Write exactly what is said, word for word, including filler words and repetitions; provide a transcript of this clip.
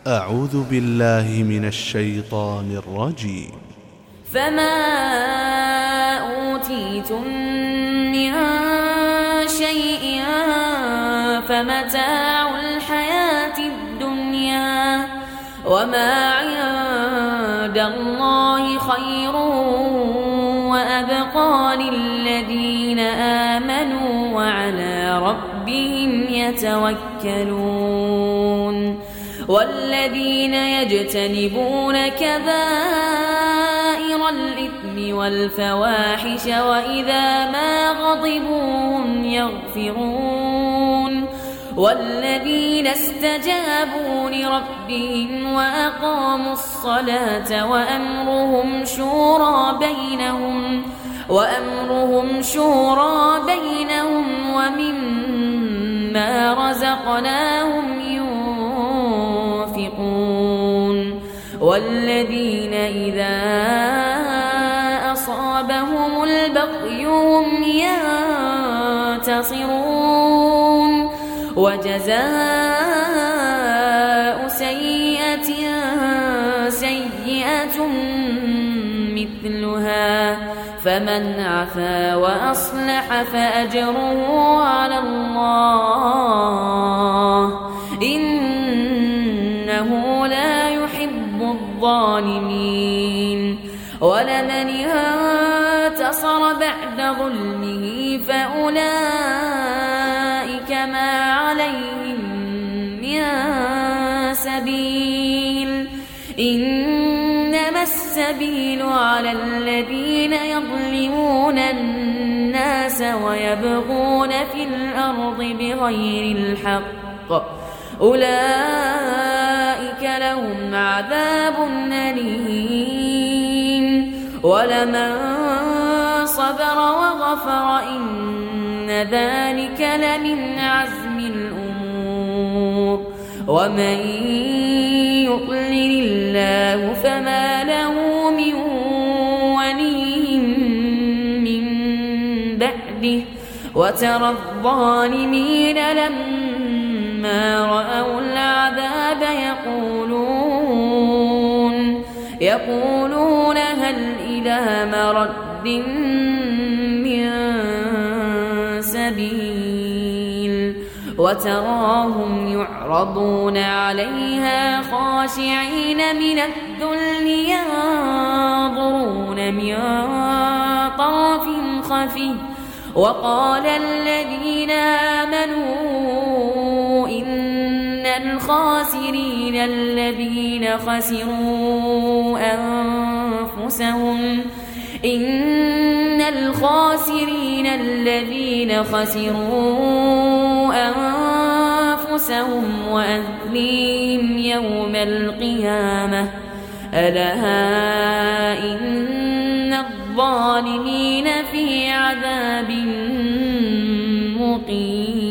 أعوذ بالله من الشيطان الرجيم. فما أوتيتم من شيء فمتاع الحياة الدنيا وما عند الله خير وأبقى للذين آمنوا وعلى ربهم يتوكلون. والذين يجتنبون كبائر الإثم والفواحش وإذا ما غضبوا هم يغفرون. والذين استجابوا لربهم وأقاموا الصلاة وأمرهم شورى بينهم وأمرهم شورى بينهم ومما رزقناهم ينفقون. والذين إذا أصابهم البغي هم ينتصرون. وجزاء سيئة سيئة مثلها فمن عفا وأصلح فأجره على الله إنه لا يحب الظالمين. ولمن انتصر بعد ظلمه فأولئك ما عليهم من سبيل إنما السبيل على الذين يظلمون الناس ويبغون في الأرض بغير الحق أولئك لهم عذاب أليم. ولمن صبر وغفر إن ذلك لمن عزم الأمور. ومن يضلل الله فما له من ولي من بعده. وترى الظالمين لما رأوا العذاب يقولون يقولون هل إلى مرد من سبيل. وتراهم يعرضون عليها خاشعين من الذل ينظرون من طرف خفي. وقال الذين آمنوا إن الخاسرين الذين خسروا أنفسهم إن الخاسرين الذين خسروا أنفسهم وأهليهم يوم القيامة ألا إن الظالمين في عذاب مقيم.